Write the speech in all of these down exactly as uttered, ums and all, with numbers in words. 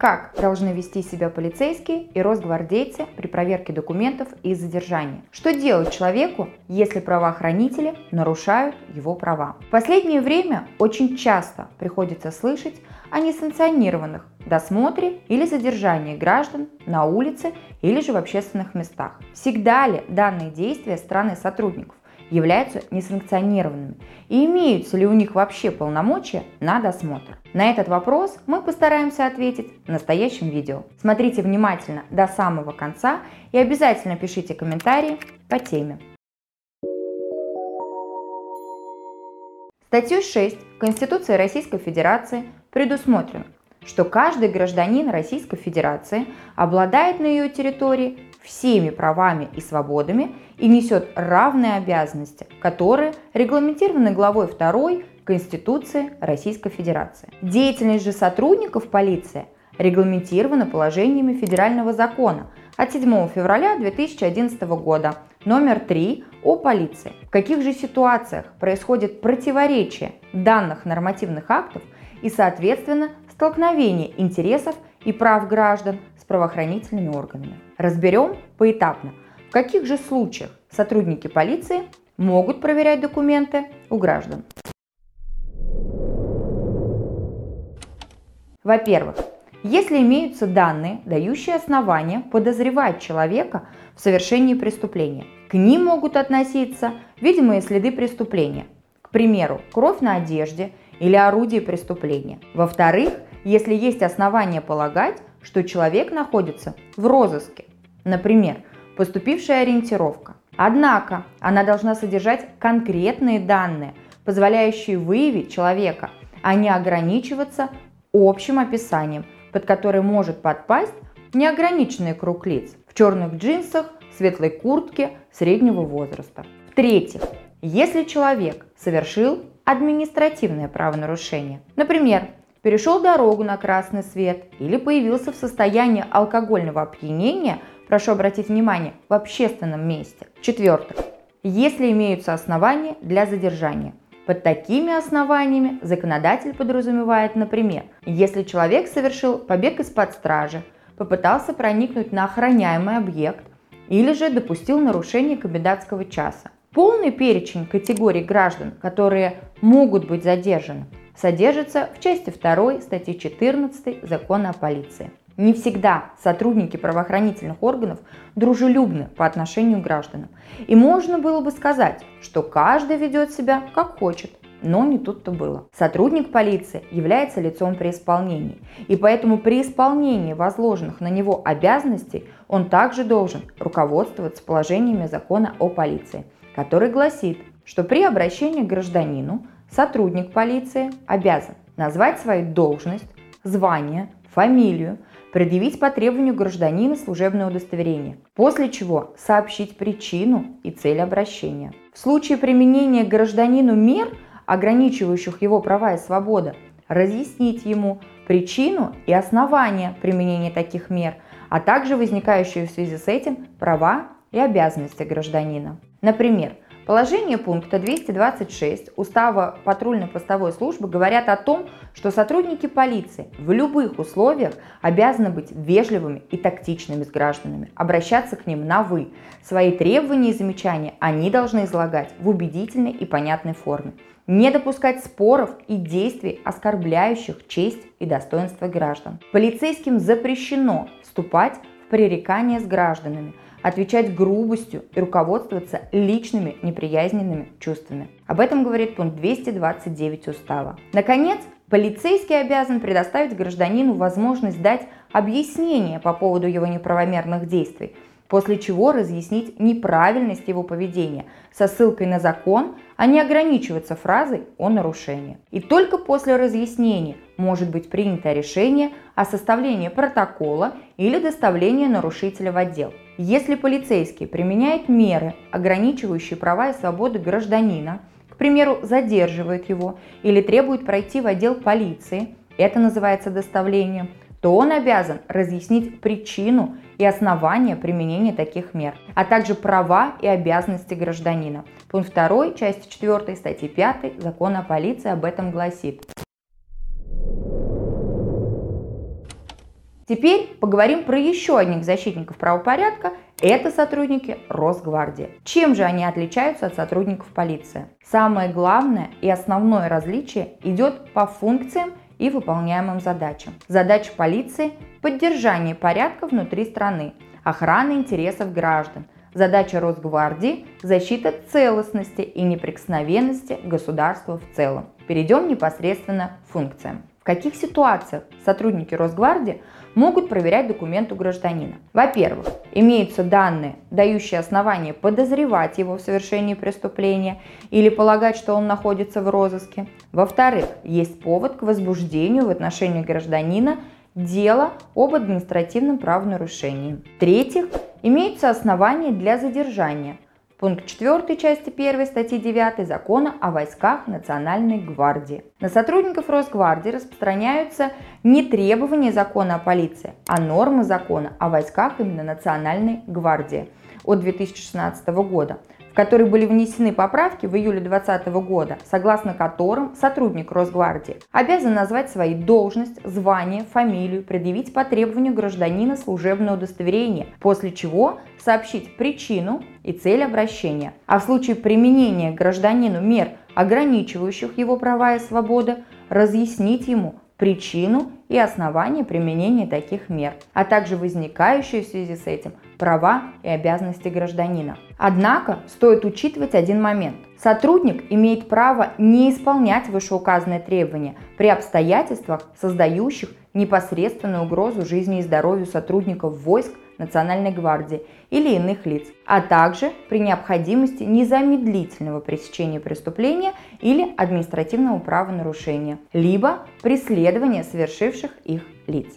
Как должны вести себя полицейские и росгвардейцы при проверке документов и задержании? Что делать человеку, если правоохранители нарушают его права? В последнее время очень часто приходится слышать о несанкционированных досмотре или задержании граждан на улице или же в общественных местах. Всегда ли данные действия стороны сотрудников являются несанкционированными и имеются ли у них вообще полномочия на досмотр? На этот вопрос мы постараемся ответить в настоящем видео. Смотрите внимательно до самого конца и обязательно пишите комментарии по теме. Статьей шесть Конституции Российской Федерации предусмотрено, что каждый гражданин Российской Федерации обладает на ее территории всеми правами и свободами и несет равные обязанности, которые регламентированы главой второй Конституции Российской Федерации. Деятельность же сотрудников полиции регламентирована положениями федерального закона от седьмого февраля две тысячи одиннадцатого года номер три о полиции. В каких же ситуациях происходит противоречие данных нормативных актов и, соответственно, столкновение интересов и прав граждан с правоохранительными органами? Разберем поэтапно, в каких же случаях сотрудники полиции могут проверять документы у граждан. Во-первых, если имеются данные, дающие основания подозревать человека в совершении преступления, к ним могут относиться видимые следы преступления, к примеру, кровь на одежде или орудие преступления. Во-вторых, если есть основания полагать, что человек находится в розыске, например, поступившая ориентировка. Однако она должна содержать конкретные данные, позволяющие выявить человека, а не ограничиваться общим описанием, под который может подпасть неограниченный круг лиц в черных джинсах, светлой куртке среднего возраста. В-третьих, если человек совершил административное правонарушение, например, перешел дорогу на красный свет или появился в состоянии алкогольного опьянения, прошу обратить внимание, в общественном месте. В-четвертых, если имеются основания для задержания. Под такими основаниями законодатель подразумевает, например, если человек совершил побег из-под стражи, попытался проникнуть на охраняемый объект или же допустил нарушение комендантского часа. Полный перечень категорий граждан, которые могут быть задержаны, содержится в части второй статьи четырнадцатой Закона о полиции. Не всегда сотрудники правоохранительных органов дружелюбны по отношению к гражданам. И можно было бы сказать, что каждый ведет себя как хочет, но не тут-то было. Сотрудник полиции является лицом при исполнении, и поэтому при исполнении возложенных на него обязанностей он также должен руководствоваться положениями Закона о полиции, который гласит, что при обращении к гражданину сотрудник полиции обязан назвать свою должность, звание, фамилию, предъявить по требованию гражданина служебное удостоверение, после чего сообщить причину и цель обращения. В случае применения к гражданину мер, ограничивающих его права и свободы, разъяснить ему причину и основания применения таких мер, а также возникающие в связи с этим права и обязанности гражданина. Например, положение пункта двести двадцать шесть Устава патрульно-постовой службы говорят о том, что сотрудники полиции в любых условиях обязаны быть вежливыми и тактичными с гражданами, обращаться к ним на «вы». Свои требования и замечания они должны излагать в убедительной и понятной форме, не допускать споров и действий, оскорбляющих честь и достоинство граждан. Полицейским запрещено вступать в пререкания с гражданами, отвечать грубостью и руководствоваться личными неприязненными чувствами. Об этом говорит пункт двести двадцать девять Устава. Наконец, полицейский обязан предоставить гражданину возможность дать объяснение по поводу его неправомерных действий, после чего разъяснить неправильность его поведения со ссылкой на закон, а не ограничиваться фразой о нарушении. И только после разъяснения может быть принято решение о составлении протокола или доставлении нарушителя в отдел. Если полицейский применяет меры, ограничивающие права и свободы гражданина, к примеру, задерживает его или требует пройти в отдел полиции, это называется доставлением, то он обязан разъяснить причину и основания применения таких мер, а также права и обязанности гражданина. Пункт второй части четвёртой статьи пятой Закона о полиции об этом гласит. Теперь поговорим про еще одних защитников правопорядка. Это сотрудники Росгвардии. Чем же они отличаются от сотрудников полиции? Самое главное и основное различие идет по функциям и выполняемым задачам. Задача полиции – поддержание порядка внутри страны, охрана интересов граждан. Задача Росгвардии – защита целостности и неприкосновенности государства в целом. Перейдем непосредственно к функциям. В каких ситуациях сотрудники Росгвардии могут проверять документы у гражданина? Во-первых, имеются данные, дающие основания подозревать его в совершении преступления или полагать, что он находится в розыске. Во-вторых, есть повод к возбуждению в отношении гражданина дела об административном правонарушении. В-третьих, имеются основания для задержания. Пункт четвёртый части первой статьи девятой Закона о войсках Национальной гвардии. На сотрудников Росгвардии распространяются не требования Закона о полиции, а нормы Закона о войсках именно Национальной гвардии от две тысячи шестнадцатого года, в который были внесены поправки в июле две тысячи двадцатого года, согласно которым сотрудник Росгвардии обязан назвать свою должность, звание, фамилию, предъявить по требованию гражданина служебное удостоверение, после чего сообщить причину и цель обращения. А в случае применения к гражданину мер, ограничивающих его права и свободы, разъяснить ему причину и основания применения таких мер, а также возникающие в связи с этим права и обязанности гражданина. Однако стоит учитывать один момент. Сотрудник имеет право не исполнять вышеуказанные требования при обстоятельствах, создающих непосредственную угрозу жизни и здоровью сотрудников войск Национальной гвардии или иных лиц, а также при необходимости незамедлительного пресечения преступления или административного правонарушения, либо преследования совершивших их лиц.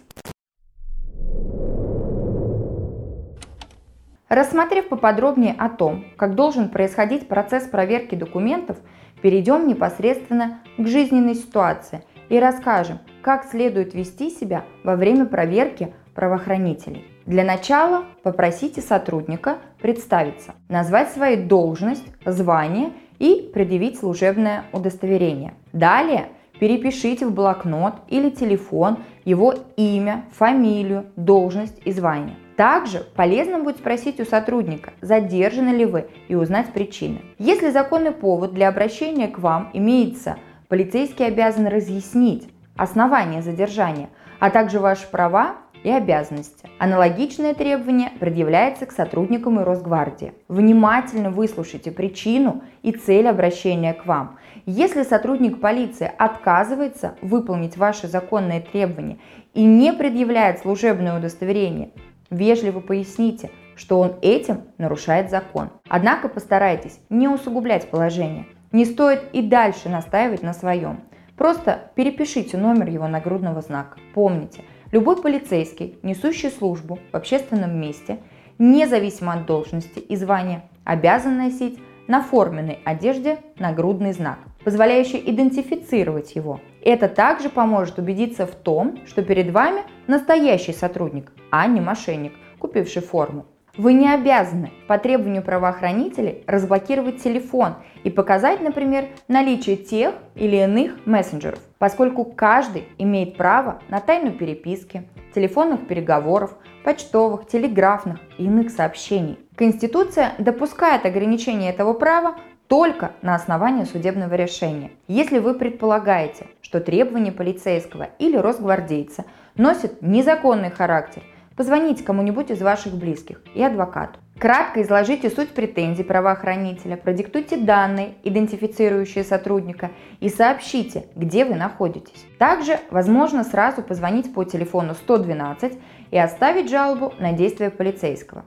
Рассмотрев поподробнее о том, как должен происходить процесс проверки документов, перейдем непосредственно к жизненной ситуации и расскажем, как следует вести себя во время проверки правоохранителей. Для начала попросите сотрудника представиться, назвать свою должность, звание и предъявить служебное удостоверение. Далее перепишите в блокнот или телефон его имя, фамилию, должность и звание. Также полезно будет спросить у сотрудника, задержаны ли вы, и узнать причины. Если законный повод для обращения к вам имеется, полицейский обязан разъяснить основания задержания, а также ваши права и обязанности. Аналогичное требование предъявляется к сотрудникам и Росгвардии. Внимательно выслушайте причину и цель обращения к вам. Если сотрудник полиции отказывается выполнить ваши законные требования и не предъявляет служебное удостоверение, вежливо поясните, что он этим нарушает закон. Однако постарайтесь не усугублять положение. Не стоит и дальше настаивать на своем. Просто перепишите номер его нагрудного знака. Помните, любой полицейский, несущий службу в общественном месте, независимо от должности и звания, обязан носить на форменной одежде нагрудный знак, позволяющий идентифицировать его. Это также поможет убедиться в том, что перед вами настоящий сотрудник, а не мошенник, купивший форму. Вы не обязаны по требованию правоохранителей разблокировать телефон и показать, например, наличие тех или иных мессенджеров, поскольку каждый имеет право на тайну переписки, телефонных переговоров, почтовых, телеграфных и иных сообщений. Конституция допускает ограничение этого права только на основании судебного решения. Если вы предполагаете, что требования полицейского или росгвардейца носят незаконный характер, позвоните кому-нибудь из ваших близких и адвокату. Кратко изложите суть претензий правоохранителя, продиктуйте данные, идентифицирующие сотрудника, и сообщите, где вы находитесь. Также возможно сразу позвонить по телефону сто двенадцать и оставить жалобу на действия полицейского.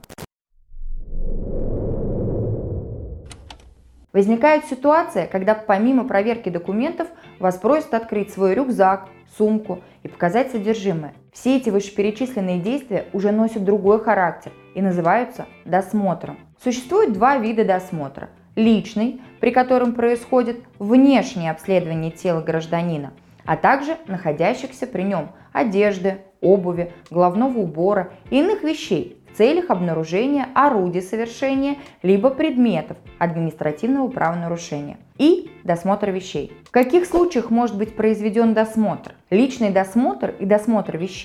Возникает ситуация, когда помимо проверки документов вас просят открыть свой рюкзак, сумку и показать содержимое. Все эти вышеперечисленные действия уже носят другой характер и называются досмотром. Существует два вида досмотра. Личный, при котором происходит внешнее обследование тела гражданина, а также находящихся при нем одежды, обуви, головного убора и иных вещей в целях обнаружения орудий совершения либо предметов административного правонарушения. И досмотр вещей. В каких случаях может быть произведен досмотр? Личный досмотр и досмотр вещей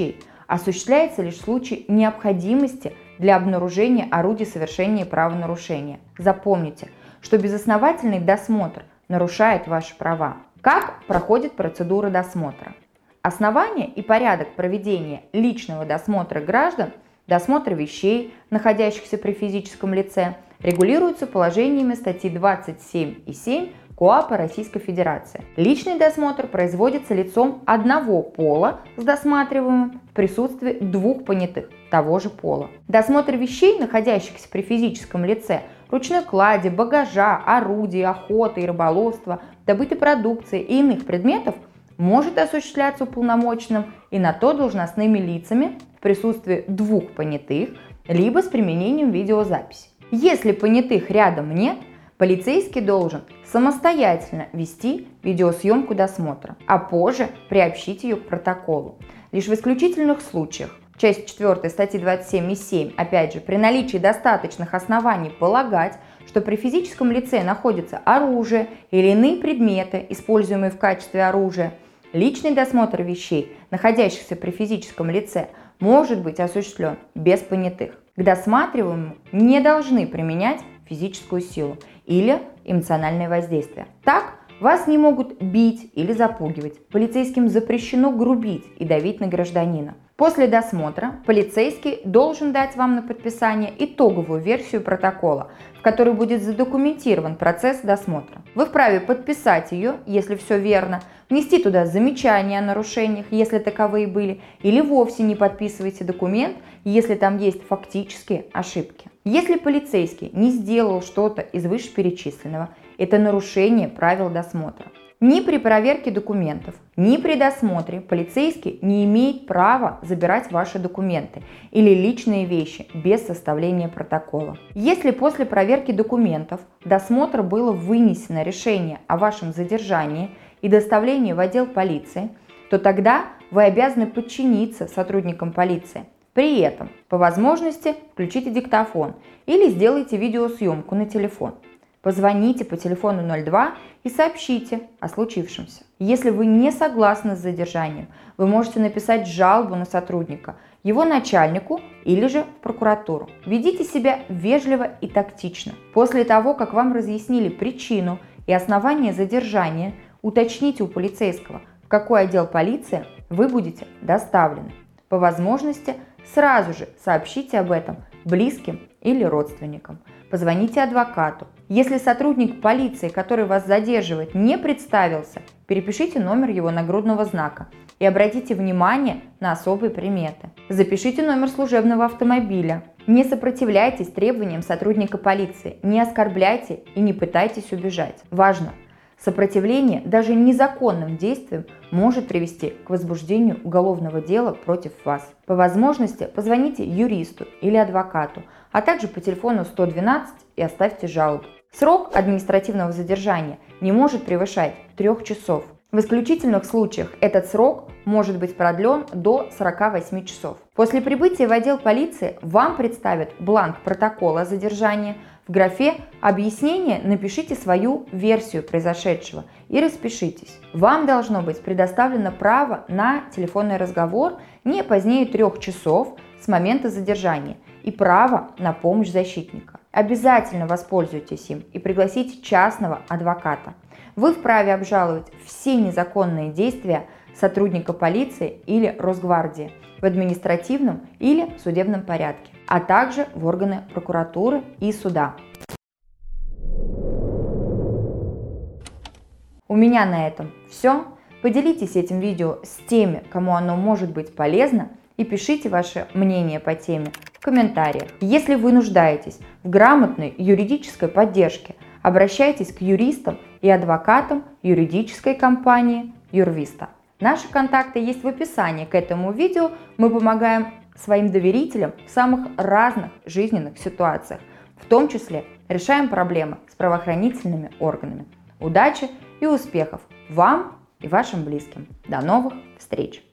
осуществляется лишь в случае необходимости для обнаружения орудий совершения правонарушения. Запомните, что безосновательный досмотр нарушает ваши права. Как проходит процедура досмотра? Основания и порядок проведения личного досмотра граждан, досмотра вещей, находящихся при физическом лице, регулируются положениями статьи двадцать семь и семь КоАПа Российской Федерации. Личный досмотр производится лицом одного пола с досматриваемым в присутствии двух понятых того же пола. Досмотр вещей, находящихся при физическом лице, ручной клади, багажа, орудий, охоты и рыболовства, добытой продукции и иных предметов может осуществляться уполномоченным и на то должностными лицами в присутствии двух понятых, либо с применением видеозаписи. Если понятых рядом нет, полицейский должен самостоятельно вести видеосъемку досмотра, а позже приобщить ее к протоколу. Лишь в исключительных случаях, часть четвёртая статьи двадцать семь и семь, опять же, при наличии достаточных оснований полагать, что при физическом лице находится оружие или иные предметы, используемые в качестве оружия, личный досмотр вещей, находящихся при физическом лице, может быть осуществлен без понятых. К досматриваемому не должны применять физическую силу или эмоциональное воздействие. Так, вас не могут бить или запугивать. Полицейским запрещено грубить и давить на гражданина. После досмотра полицейский должен дать вам на подписание итоговую версию протокола, в которой будет задокументирован процесс досмотра. Вы вправе подписать ее, если все верно, внести туда замечания о нарушениях, если таковые были, или вовсе не подписывайте документ, если там есть фактические ошибки. Если полицейский не сделал что-то из вышеперечисленного, это нарушение правил досмотра. Ни при проверке документов, ни при досмотре полицейский не имеет права забирать ваши документы или личные вещи без составления протокола. Если после проверки документов досмотра было вынесено решение о вашем задержании и доставлении в отдел полиции, то тогда вы обязаны подчиниться сотрудникам полиции. При этом, по возможности, включите диктофон или сделайте видеосъемку на телефон. Позвоните по телефону ноль два и сообщите о случившемся. Если вы не согласны с задержанием, вы можете написать жалобу на сотрудника, его начальнику или же в прокуратуру. Ведите себя вежливо и тактично. После того, как вам разъяснили причину и основания задержания, уточните у полицейского, в какой отдел полиции вы будете доставлены. По возможности, сразу же сообщите об этом близким или родственникам. Позвоните адвокату. Если сотрудник полиции, который вас задерживает, не представился, перепишите номер его нагрудного знака и обратите внимание на особые приметы. Запишите номер служебного автомобиля. Не сопротивляйтесь требованиям сотрудника полиции, не оскорбляйте и не пытайтесь убежать. Важно! Сопротивление даже незаконным действиям может привести к возбуждению уголовного дела против вас. По возможности позвоните юристу или адвокату, а также по телефону сто двенадцать и оставьте жалобу. Срок административного задержания не может превышать трех часов. В исключительных случаях этот срок может быть продлен до сорока восьми часов. После прибытия в отдел полиции вам представят бланк протокола задержания. В графе «Объяснение» напишите свою версию произошедшего и распишитесь. Вам должно быть предоставлено право на телефонный разговор не позднее трех часов с момента задержания и право на помощь защитника. Обязательно воспользуйтесь им и пригласите частного адвоката. Вы вправе обжаловать все незаконные действия сотрудника полиции или Росгвардии в административном или судебном порядке, а также в органы прокуратуры и суда. У меня на этом все. Поделитесь этим видео с теми, кому оно может быть полезно, и пишите ваше мнение по теме в комментариях. Если вы нуждаетесь в грамотной юридической поддержке, обращайтесь к юристам и адвокатам юридической компании Юрвиста. Наши контакты есть в описании к этому видео. Мы помогаем своим доверителям в самых разных жизненных ситуациях, в том числе решаем проблемы с правоохранительными органами. Удачи и успехов вам и вашим близким. До новых встреч!